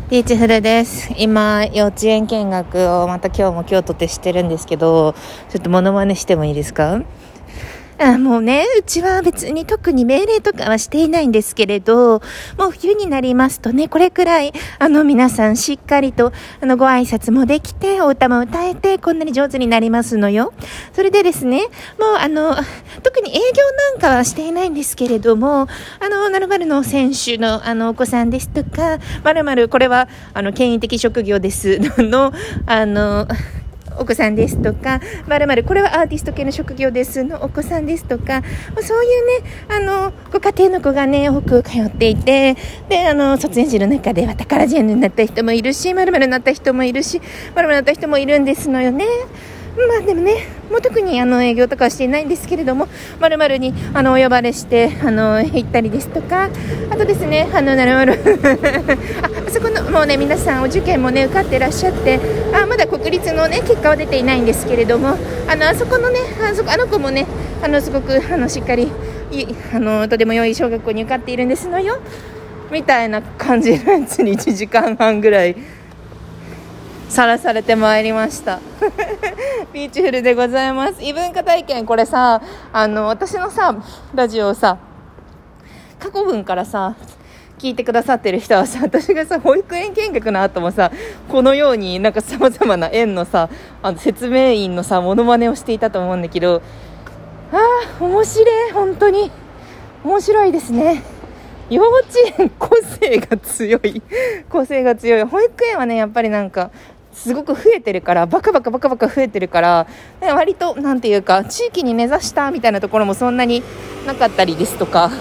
ビーチフルです。今幼稚園見学をまた今日も京都でしてるんですけど、ちょっとモノマネしてもいいですか？もうね、うちは別に特に命令とかはしていないんですけれど、もう冬になりますとね、これくらい皆さんしっかりとご挨拶もできて、お歌も歌えて、こんなに上手になりますのよ。それでですね、もう特に営業なんかはしていないんですけれども、〇〇の選手のお子さんですとか、〇〇これは権威的職業ですのお子さんですとか、〇〇これはアーティスト系の職業ですのお子さんですとか、そういうねご家庭の子がね多く通っていて、で卒園児の中ではタカラジェンヌになった人もいるし、〇〇になった人もいるし、〇〇になった人もいるんですのよね。まあでもね、もう特に営業とかはしていないんですけれども、〇〇にお呼ばれして行ったりですとか、あとですね〇〇あそこのもうね皆さんお受験もね受かってらっしゃって、まだ国立のね結果は出ていないんですけれども、あそこのねあの子もねすごくしっかりとても良い小学校に受かっているんですのよみたいな感じのやつに1時間半ぐらいさらされてまいりましたビーチフルでございます。異文化体験、これさ私のさラジオをさ過去文からさ聞いてくださってる人はさ、私がさ保育園見学の後もさこのようになんかさまざまな園のさ説明員のさモノマネをしていたと思うんだけど、面白い、本当に面白いですね。幼稚園個性が強い保育園はねやっぱりなんかすごく増えてるから、バカバカ増えてるから、割となんていうか地域に根ざしたみたいなところもそんなになかったりですとか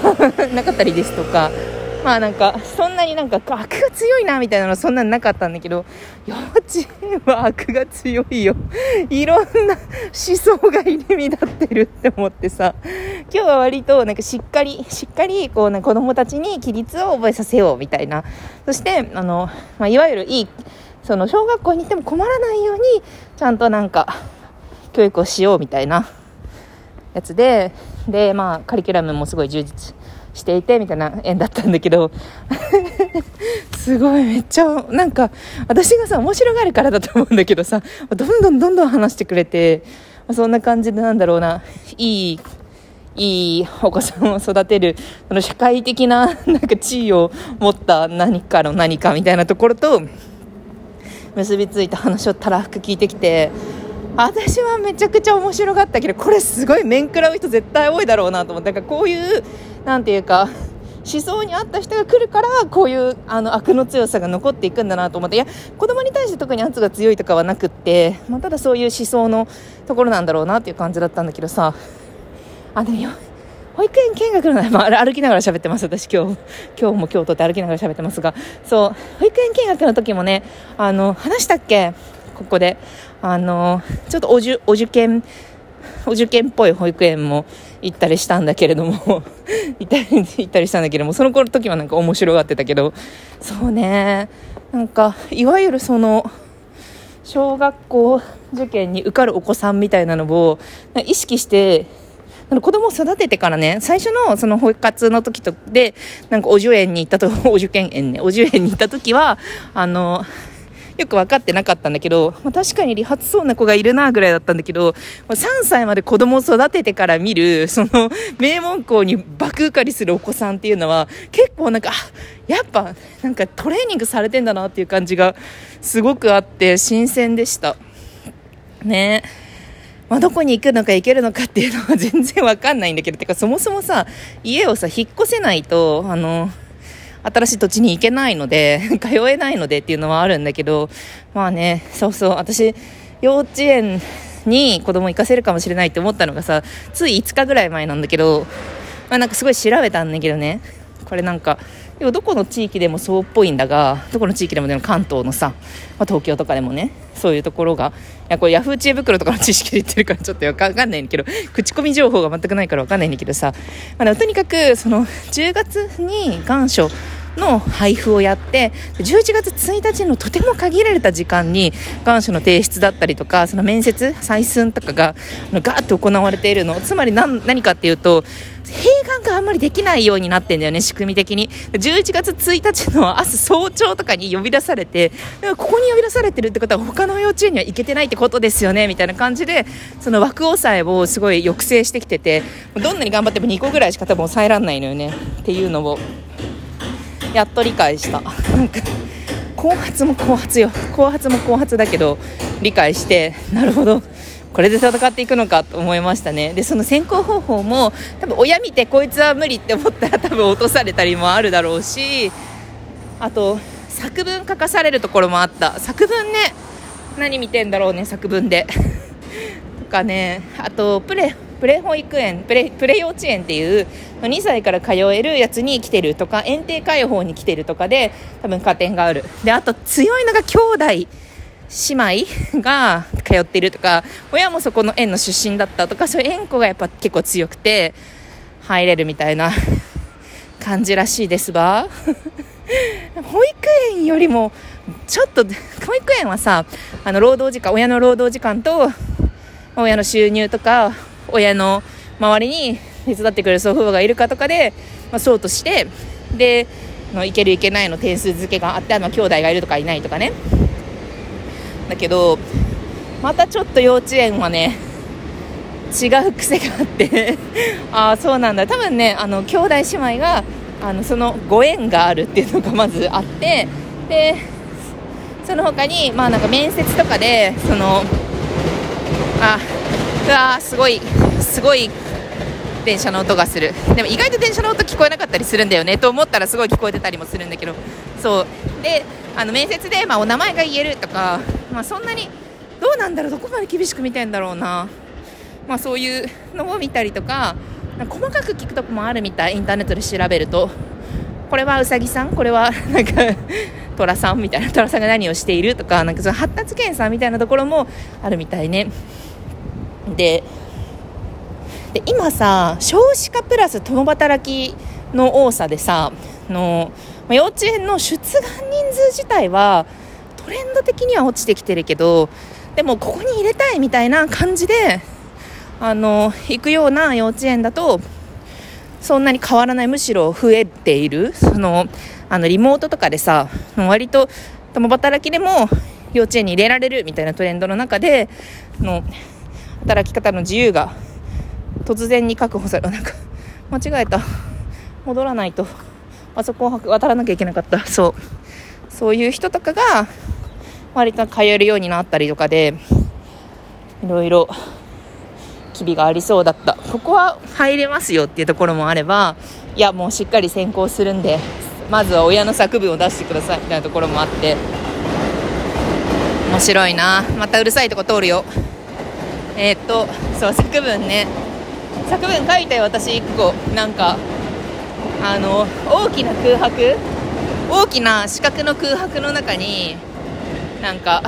まあなんかそんなになんか悪が強いなみたいなのそんなになかったんだけど、幼稚園は悪が強いよ。いろんな思想が入り乱ってるって思ってさ、今日は割となんかしっかりこう、子供たちに規律を覚えさせようみたいな、そしていわゆるいいその小学校に行っても困らないようにちゃんとなんか教育をしようみたいなやつでカリキュラムもすごい充実していてみたいな園だったんだけどすごいめっちゃなんか私がさ面白がるからだと思うんだけどさ、どんどん話してくれて、そんな感じでなんだろうな、いいお子さんを育てるその社会的ななんか地位を持った何かの何かみたいなところと結びついた話をたらふく聞いてきて、私はめちゃくちゃ面白かったけど、これすごい面食らう人絶対多いだろうなと思って、なんかこういうなんていうか思想に合った人が来るからこういう悪の強さが残っていくんだなと思って、いや子供に対して特に圧が強いとかはなくって、ただそういう思想のところなんだろうなっていう感じだったんだけどさ、でも保育園見学の歩きながら喋ってます。私今日も京都って歩きながら喋ってますが、そう保育園見学の時もね話したっけここでちょっとお受験っぽい保育園も行ったりしたんだけれども行ったりしたんだけども、その時はなんか面白がってたけど、そうね、なんかいわゆるその小学校受験に受かるお子さんみたいなのを意識して子供を育ててからね、最初のその保育活の時でなんかお受験園に行った時はよく分かってなかったんだけど、確かに理髪そうな子がいるなぐらいだったんだけど、3歳まで子供を育ててから見るその名門校に爆受かりするお子さんっていうのは結構なんかやっぱなんかトレーニングされてんだなっていう感じがすごくあって新鮮でしたね。どこに行くのか行けるのかっていうのは全然わかんないんだけど、てかそもそもさ家をさ引っ越せないと新しい土地に行けないので通えないのでっていうのはあるんだけど、そう私幼稚園に子供行かせるかもしれないって思ったのがさつい5日ぐらい前なんだけど、なんかすごい調べたんだけどね、これなんかどこの地域でもそうっぽいんだが、どこの地域でも関東のさ、東京とかでもねそういうところが、これヤフー知恵袋とかの知識で言ってるからちょっとわかんないんだけど、口コミ情報が全くないからわかんないんだけどさ、とにかくその10月に願書の配布をやって、11月1日のとても限られた時間に願書の提出だったりとか、その面接採寸とかがガーッと行われているの。つまり何かっていうと、併願があんまりできないようになってんだよね、仕組み的に。11月1日の明日早朝とかに呼び出されて、ここに呼び出されてるってことは他の幼稚園には行けてないってことですよねみたいな感じで、その枠抑えをすごい抑制してきてて、どんなに頑張っても2個ぐらいしか多分抑えらんないのよねっていうのをやっと理解した。なんか後発も後発よ、後発も後発だけど理解して、なるほどこれで戦っていくのかと思いましたね。でその選考方法も多分親見てこいつは無理って思ったら多分落とされたりもあるだろうし、あと作文書かされるところもあった。作文ね、何見てんだろうね作文でとかね。あとプレ保育園プレ幼稚園っていう2歳から通えるやつに来てるとか、園庭開放に来てるとかで多分加点がある。であと強いのが兄弟姉妹が通ってるとか、親もそこの園の出身だったとか、そういう園子がやっぱ結構強くて入れるみたいな感じらしいですわ保育園よりもちょっと、保育園はさ、労働時間、親の労働時間と親の収入とか、親の周りに手伝ってくれる祖父母がいるかとかで、そうとして、でいけるいけないの点数付けがあって、兄弟がいるとかいないとかね。だけどまたちょっと幼稚園はね違う癖があってああそうなんだ、多分ね兄弟姉妹がそのご縁があるっていうのがまずあって、でその他になんか面接とかですごい電車の音がする。でも意外と電車の音聞こえなかったりするんだよねと思ったらすごい聞こえてたりもするんだけど、そうで面接でお名前が言えるとか、そんなにどうなんだろう、どこまで厳しく見てんだろうな。そういうのを見たりとか、細かく聞くとこもあるみたい。インターネットで調べると、これはうさぎさん、これはなんか虎さんみたいな、虎さんが何をしているとか、なんかその発達検査みたいなところもあるみたいね。で今さ、少子化プラス共働きの多さでさ幼稚園の出願人数自体はトレンド的には落ちてきてるけど、でもここに入れたいみたいな感じで行くような幼稚園だとそんなに変わらない、むしろ増えている。リモートとかでさ、割と共働きでも幼稚園に入れられるみたいなトレンドの中で働き方の自由が突然に確保され、なんか間違えた、戻らないとあそこを渡らなきゃいけなかった。そういう人とかが割と通えるようになったりとかで、いろいろ機微がありそうだった。ここは入れますよっていうところもあれば、いやもうしっかり選考するんでまずは親の作文を出してくださいみたいなところもあって、面白いな。またうるさいとこ通るよ。そう作文ね、作文書いたよ私1個。なんか大きな空白、大きな四角の空白の中になんか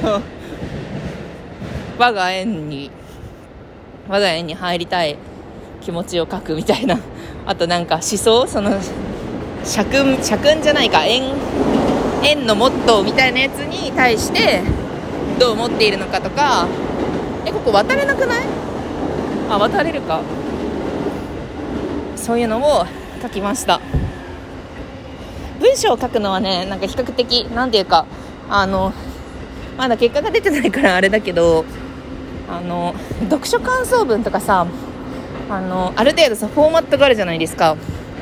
我が園に入りたい気持ちを書くみたいな。あとなんか思想、その社訓じゃないか、園のモットーみたいなやつに対してどう思っているのかとか。ここ渡れなくない？渡れるか。そういうのを書きました。文章を書くのはね、なんか比較的なんていうかまだ結果が出てないからあれだけど、読書感想文とかさ、ある程度さフォーマットがあるじゃないですか。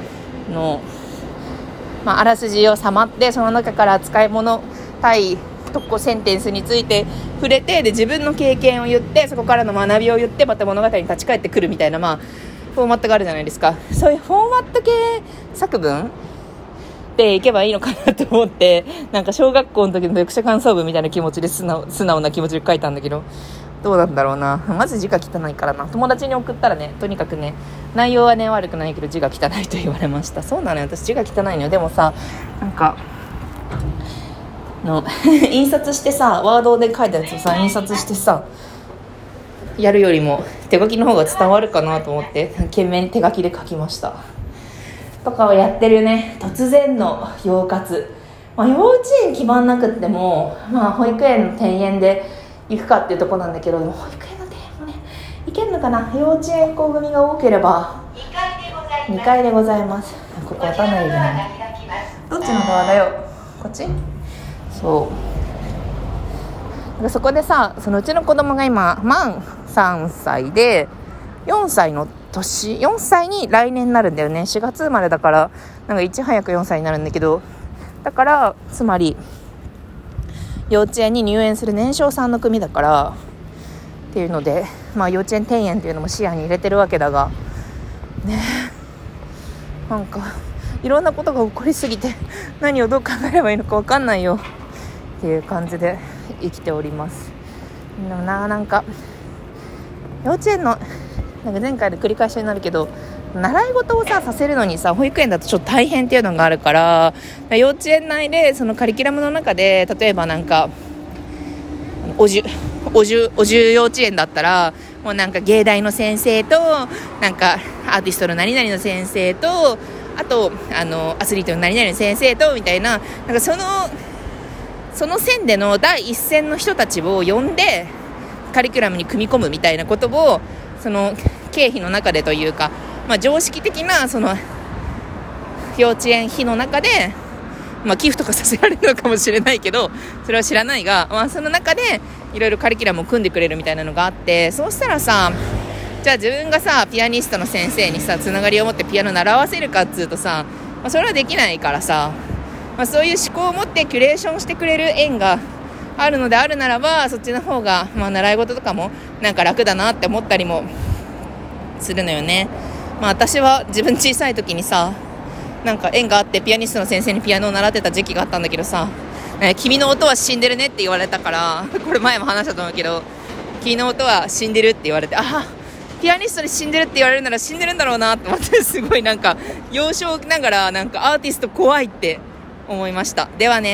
あらすじをさまって、その中から使い物対特攻センテンスについて触れて、で自分の経験を言って、そこからの学びを言って、また物語に立ち返ってくるみたいな、フォーマットがあるじゃないですか。そういうフォーマット系作文でいけばいいのかなと思って、なんか小学校の時の読書感想文みたいな気持ちで素直な気持ちで書いたんだけど、どうなんだろうな。まず字が汚いからな。友達に送ったらね、とにかくね、内容はね悪くないけど字が汚いと言われました。そうなのよ、私字が汚いのよ。でもさ、なんか印刷してさ、ワードで書いたやつをさ印刷してさやるよりも手書きの方が伝わるかなと思って、懸命に手書きで書きました。 とかをやってるね。突然の養活、幼稚園決まんなくっても、保育園の転園で行くかっていうところなんだけど、保育園の転園もね行けるのかな。幼稚園校組が多ければ2階でございます。ここ渡ないでね。どっちの側だよ。こっち。そうそこでさ、そのうちの子供が今満3歳で4歳に来年になるんだよね。4月生まれだからいち早く4歳になるんだけど、だからつまり幼稚園に入園する年少さんの組だからっていうので、幼稚園転園っていうのも視野に入れてるわけだがね。いろんなことが起こりすぎて何をどう考えればいいのか分かんないよっていう感じで生きております。でも幼稚園の前回で繰り返しになるけど、習い事をさせるのにさ、保育園だとちょっと大変っていうのがあるから、幼稚園内でそのカリキュラムの中で、例えばおじゅ幼稚園だったらもう芸大の先生とアーティストの何々の先生と、あとアスリートの何々の先生とみたいな、その線での第一線の人たちを呼んでカリキュラムに組み込むみたいなことを、その経費の中でというか、常識的なその幼稚園費の中で、寄付とかさせられるのかもしれないけど、それは知らないが、その中でいろいろカリキュラムを組んでくれるみたいなのがあって、そうしたらさ、じゃあ自分がさピアニストの先生にさつながりを持ってピアノ習わせるかっつうとさ、それはできないからさ、そういう思考を持ってキュレーションしてくれる園があるのであるならば、そっちの方が、習い事とかも楽だなって思ったりもするのよね。私は自分小さい時にさ、縁があってピアニストの先生にピアノを習ってた時期があったんだけどさ、君の音は死んでるねって言われたから、これ前も話したと思うけど、君の音は死んでるって言われて、ピアニストに死んでるって言われるなら死んでるんだろうなって思って、すごい幼少ながらアーティスト怖いって思いました。ではね。